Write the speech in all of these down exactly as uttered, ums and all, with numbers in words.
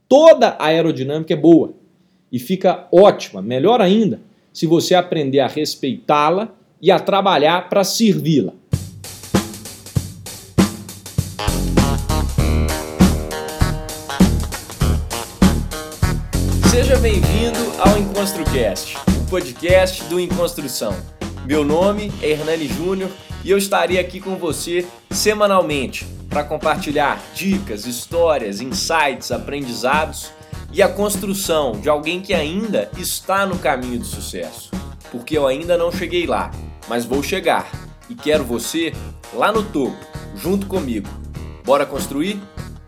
Toda a aerodinâmica é boa e fica ótima, melhor ainda, se você aprender a respeitá-la e a trabalhar para servi-la. Seja bem-vindo ao EnconstruCast, o podcast do Enconstrução. Meu nome é Hernani Júnior e eu estarei aqui com você semanalmente para compartilhar dicas, histórias, insights, aprendizados e a construção de alguém que ainda está no caminho do sucesso. Porque eu ainda não cheguei lá, mas vou chegar e quero você lá no topo, junto comigo. Bora construir?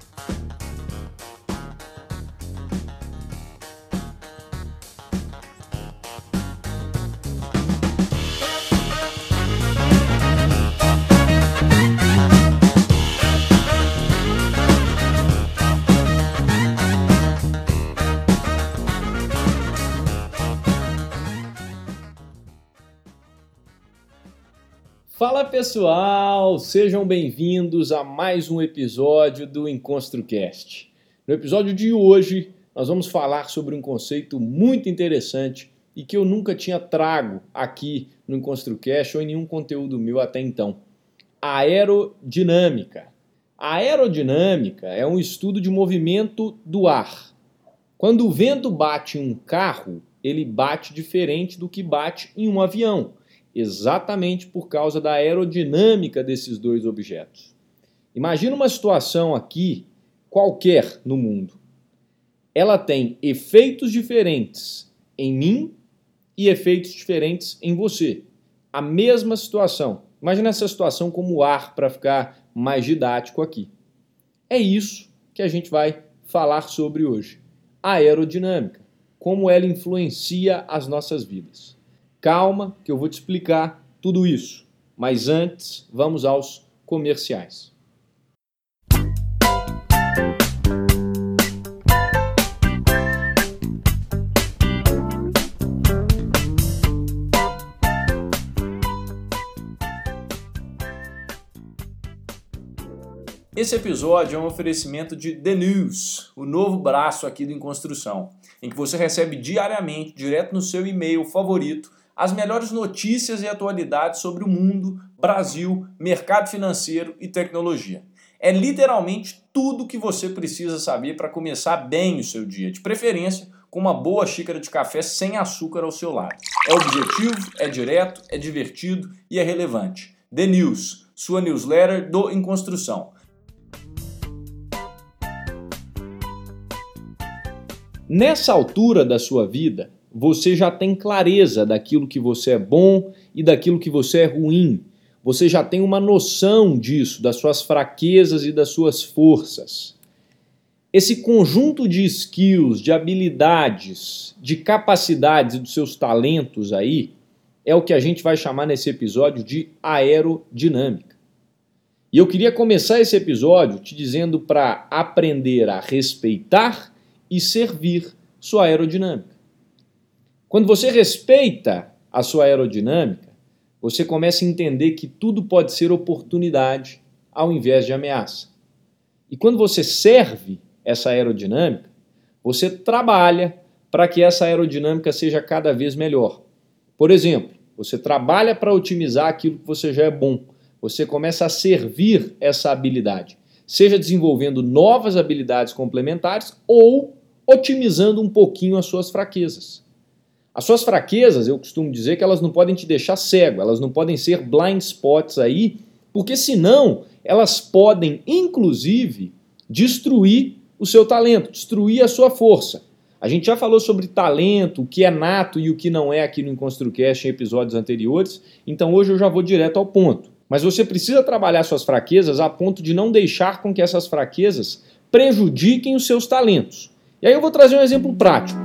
Fala pessoal, sejam bem-vindos a mais um episódio do EnconstruCast. No episódio de hoje nós vamos falar sobre um conceito muito interessante e que eu nunca tinha trago aqui no EnconstruCast ou em nenhum conteúdo meu até então. A aerodinâmica. A aerodinâmica é um estudo de movimento do ar. Quando o vento bate em um carro, ele bate diferente do que bate em um avião. Exatamente por causa da aerodinâmica desses dois objetos. Imagina uma situação aqui, qualquer no mundo. Ela tem efeitos diferentes em mim e efeitos diferentes em você. A mesma situação. Imagina essa situação como ar para ficar mais didático aqui. É isso que a gente vai falar sobre hoje. A aerodinâmica. Como ela influencia as nossas vidas. Calma, que eu vou te explicar tudo isso. Mas antes, vamos aos comerciais. Esse episódio é um oferecimento de The News, o novo braço aqui do Enconstrução, em que você recebe diariamente, direto no seu e-mail favorito, as melhores notícias e atualidades sobre o mundo, Brasil, mercado financeiro e tecnologia. É literalmente tudo o que você precisa saber para começar bem o seu dia, de preferência com uma boa xícara de café sem açúcar ao seu lado. É objetivo, é direto, é divertido e é relevante. The News, sua newsletter do Enconstrução. Nessa altura da sua vida, você já tem clareza daquilo que você é bom e daquilo que você é ruim. Você já tem uma noção disso, das suas fraquezas e das suas forças. Esse conjunto de skills, de habilidades, de capacidades e dos seus talentos aí é o que a gente vai chamar nesse episódio de aerodinâmica. E eu queria começar esse episódio te dizendo para aprender a respeitar e servir sua aerodinâmica. Quando você respeita a sua aerodinâmica, você começa a entender que tudo pode ser oportunidade ao invés de ameaça. E quando você serve essa aerodinâmica, você trabalha para que essa aerodinâmica seja cada vez melhor. Por exemplo, você trabalha para otimizar aquilo que você já é bom. Você começa a servir essa habilidade, seja desenvolvendo novas habilidades complementares ou otimizando um pouquinho as suas fraquezas. As suas fraquezas, eu costumo dizer que elas não podem te deixar cego, elas não podem ser blind spots aí, porque senão elas podem, inclusive, destruir o seu talento, destruir a sua força. A gente já falou sobre talento, o que é nato e o que não é aqui no EnconstruCast em episódios anteriores, então hoje eu já vou direto ao ponto. Mas você precisa trabalhar suas fraquezas a ponto de não deixar com que essas fraquezas prejudiquem os seus talentos. E aí eu vou trazer um exemplo prático.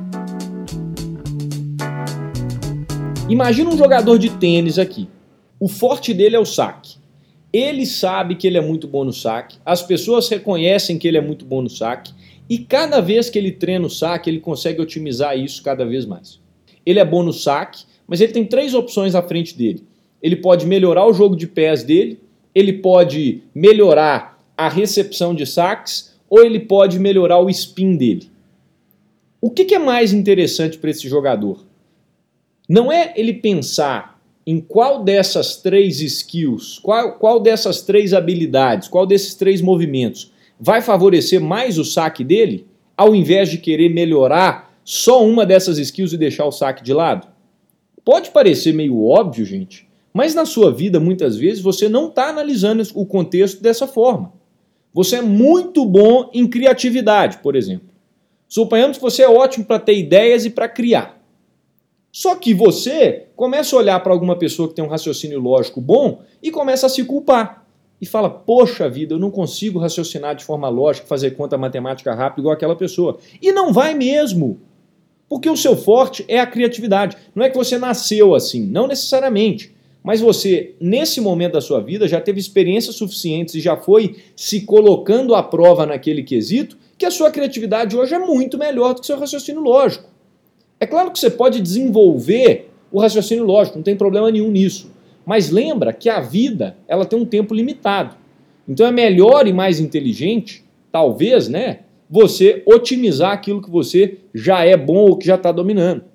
Imagina um jogador de tênis aqui. O forte dele é o saque. Ele sabe que ele é muito bom no saque, as pessoas reconhecem que ele é muito bom no saque e cada vez que ele treina o saque, ele consegue otimizar isso cada vez mais. Ele é bom no saque, mas ele tem três opções à frente dele. Ele pode melhorar o jogo de pés dele, ele pode melhorar a recepção de saques ou ele pode melhorar o spin dele. O que, que é mais interessante para esse jogador? Não é ele pensar em qual dessas três skills, qual, qual dessas três habilidades, qual desses três movimentos vai favorecer mais o saque dele, ao invés de querer melhorar só uma dessas skills e deixar o saque de lado? Pode parecer meio óbvio, gente, mas na sua vida, muitas vezes, você não está analisando o contexto dessa forma. Você é muito bom em criatividade, por exemplo. Suponhamos que você é ótimo para ter ideias e para criar. Só que você começa a olhar para alguma pessoa que tem um raciocínio lógico bom e começa a se culpar. E fala, poxa vida, eu não consigo raciocinar de forma lógica, fazer conta matemática rápido igual aquela pessoa. E não vai mesmo. Porque o seu forte é a criatividade. Não é que você nasceu assim, não necessariamente. Mas você, nesse momento da sua vida, já teve experiências suficientes e já foi se colocando à prova naquele quesito, que a sua criatividade hoje é muito melhor do que o seu raciocínio lógico. É claro que você pode desenvolver o raciocínio lógico, não tem problema nenhum nisso. Mas lembra que a vida, ela tem um tempo limitado. Então é melhor e mais inteligente, talvez, né, você otimizar aquilo que você já é bom ou que já está dominando.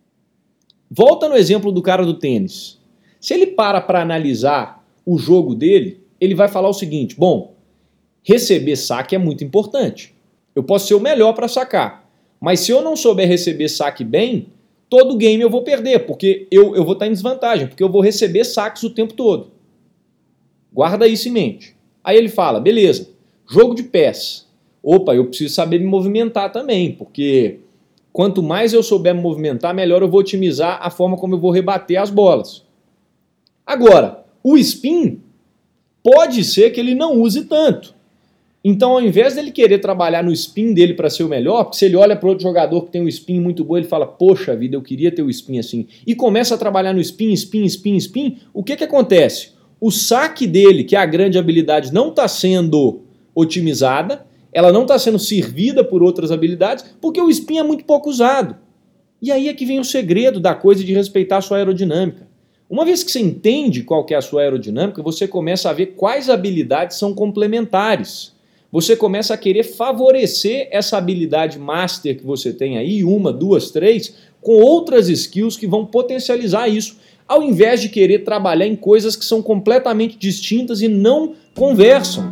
Volta no exemplo do cara do tênis. Se ele para para analisar o jogo dele, ele vai falar o seguinte, bom, receber saque é muito importante. Eu posso ser o melhor para sacar, mas se eu não souber receber saque bem, todo game eu vou perder, porque eu, eu vou estar em desvantagem, porque eu vou receber saques o tempo todo. Guarda isso em mente. Aí ele fala, beleza, jogo de pés. Opa, eu preciso saber me movimentar também, porque quanto mais eu souber me movimentar, melhor eu vou otimizar a forma como eu vou rebater as bolas. Agora, o spin pode ser que ele não use tanto. Então, ao invés dele querer trabalhar no spin dele para ser o melhor, porque se ele olha para outro jogador que tem um spin muito bom, ele fala, poxa vida, eu queria ter o spin assim, e começa a trabalhar no spin, spin, spin, spin, o que que acontece? O saque dele, que é a grande habilidade, não está sendo otimizada, ela não está sendo servida por outras habilidades, porque o spin é muito pouco usado. E aí é que vem o segredo da coisa de respeitar a sua aerodinâmica. Uma vez que você entende qual que é a sua aerodinâmica, você começa a ver quais habilidades são complementares. Você começa a querer favorecer essa habilidade master que você tem aí, uma, duas, três, com outras skills que vão potencializar isso, ao invés de querer trabalhar em coisas que são completamente distintas e não conversam.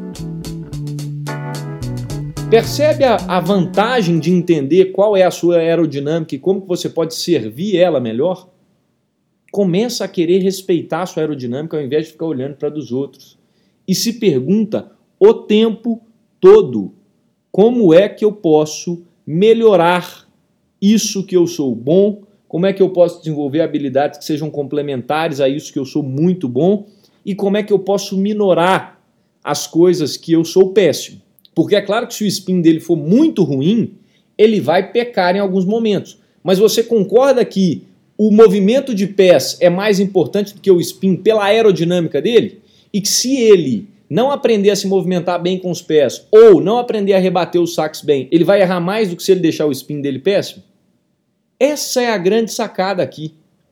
Percebe a, a vantagem de entender qual é a sua aerodinâmica e como você pode servir ela melhor? Começa a querer respeitar a sua aerodinâmica ao invés de ficar olhando para a dos outros. E se pergunta o tempo todo, como é que eu posso melhorar isso que eu sou bom? Como é que eu posso desenvolver habilidades que sejam complementares a isso que eu sou muito bom? E como é que eu posso minorar as coisas que eu sou péssimo? Porque é claro que se o spin dele for muito ruim, ele vai pecar em alguns momentos. Mas você concorda que o movimento de pés é mais importante do que o spin pela aerodinâmica dele? E que se ele não aprender a se movimentar bem com os pés ou não aprender a rebater os saques bem, ele vai errar mais do que se ele deixar o spin dele péssimo? Essa é a grande sacada aqui.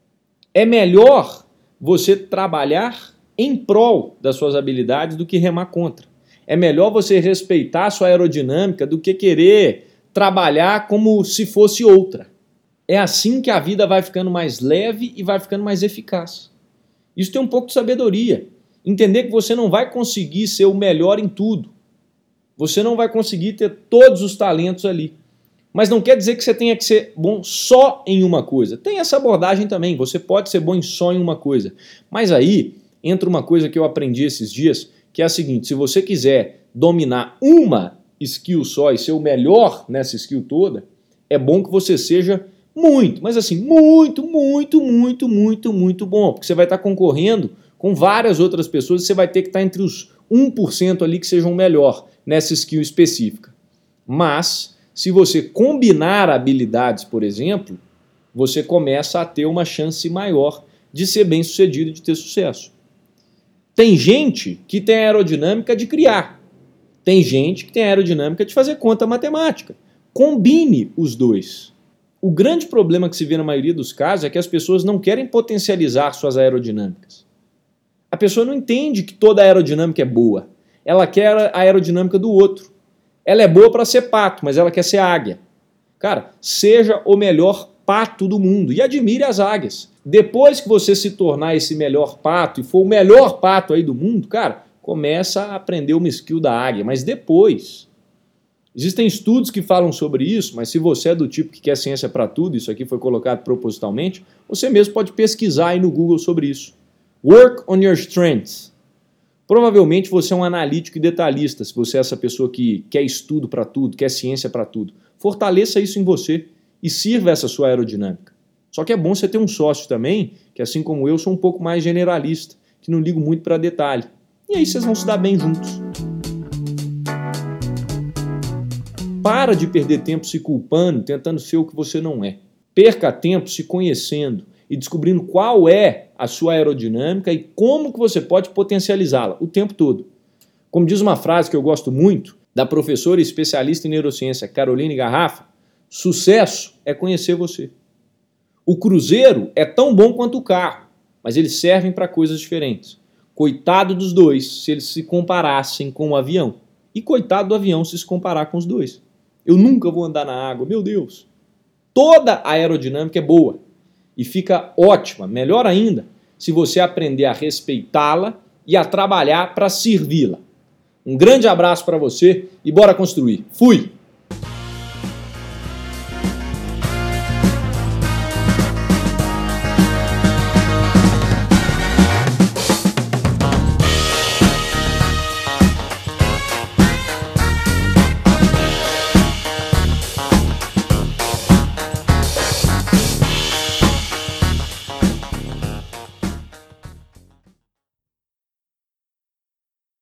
É melhor você trabalhar em prol das suas habilidades do que remar contra. É melhor você respeitar a sua aerodinâmica do que querer trabalhar como se fosse outra. É assim que a vida vai ficando mais leve e vai ficando mais eficaz. Isso tem um pouco de sabedoria. Entender que você não vai conseguir ser o melhor em tudo. Você não vai conseguir ter todos os talentos ali. Mas não quer dizer que você tenha que ser bom só em uma coisa. Tem essa abordagem também. Você pode ser bom só em uma coisa. Mas aí entra uma coisa que eu aprendi esses dias, que é a seguinte: se você quiser dominar uma skill só e ser o melhor nessa skill toda, é bom que você seja muito, mas assim, muito, muito, muito, muito, muito bom. Porque você vai estar concorrendo com várias outras pessoas e você vai ter que estar entre os um por cento ali que sejam melhor nessa skill específica. Mas se você combinar habilidades, por exemplo, você começa a ter uma chance maior de ser bem sucedido e de ter sucesso. Tem gente que tem a aerodinâmica de criar. Tem gente que tem a aerodinâmica de fazer conta matemática. Combine os dois. O grande problema que se vê na maioria dos casos é que as pessoas não querem potencializar suas aerodinâmicas. A pessoa não entende que toda aerodinâmica é boa. Ela quer a aerodinâmica do outro. Ela é boa para ser pato, mas ela quer ser águia. Cara, seja o melhor pato do mundo e admire as águias. Depois que você se tornar esse melhor pato e for o melhor pato aí do mundo, cara, começa a aprender uma skill da águia, mas depois. Existem estudos que falam sobre isso, mas se você é do tipo que quer ciência para tudo, isso aqui foi colocado propositalmente, você mesmo pode pesquisar aí no Google sobre isso. Work on your strengths. Provavelmente você é um analítico e detalhista, se você é essa pessoa que quer estudo para tudo, quer ciência para tudo. Fortaleça isso em você e sirva essa sua aerodinâmica. Só que é bom você ter um sócio também, que assim como eu, sou um pouco mais generalista, que não ligo muito para detalhe. E aí vocês vão se dar bem juntos. Para de perder tempo se culpando, tentando ser o que você não é. Perca tempo se conhecendo e descobrindo qual é a sua aerodinâmica e como que você pode potencializá-la o tempo todo. Como diz uma frase que eu gosto muito, da professora e especialista em neurociência Caroline Garrafa, sucesso é conhecer você. O cruzeiro é tão bom quanto o carro, mas eles servem para coisas diferentes. Coitado dos dois se eles se comparassem com o avião. E coitado do avião se se comparar com os dois. Eu nunca vou andar na água, meu Deus. Toda a aerodinâmica é boa e fica ótima, melhor ainda, se você aprender a respeitá-la e a trabalhar para servi-la. Um grande abraço para você e bora construir. Fui!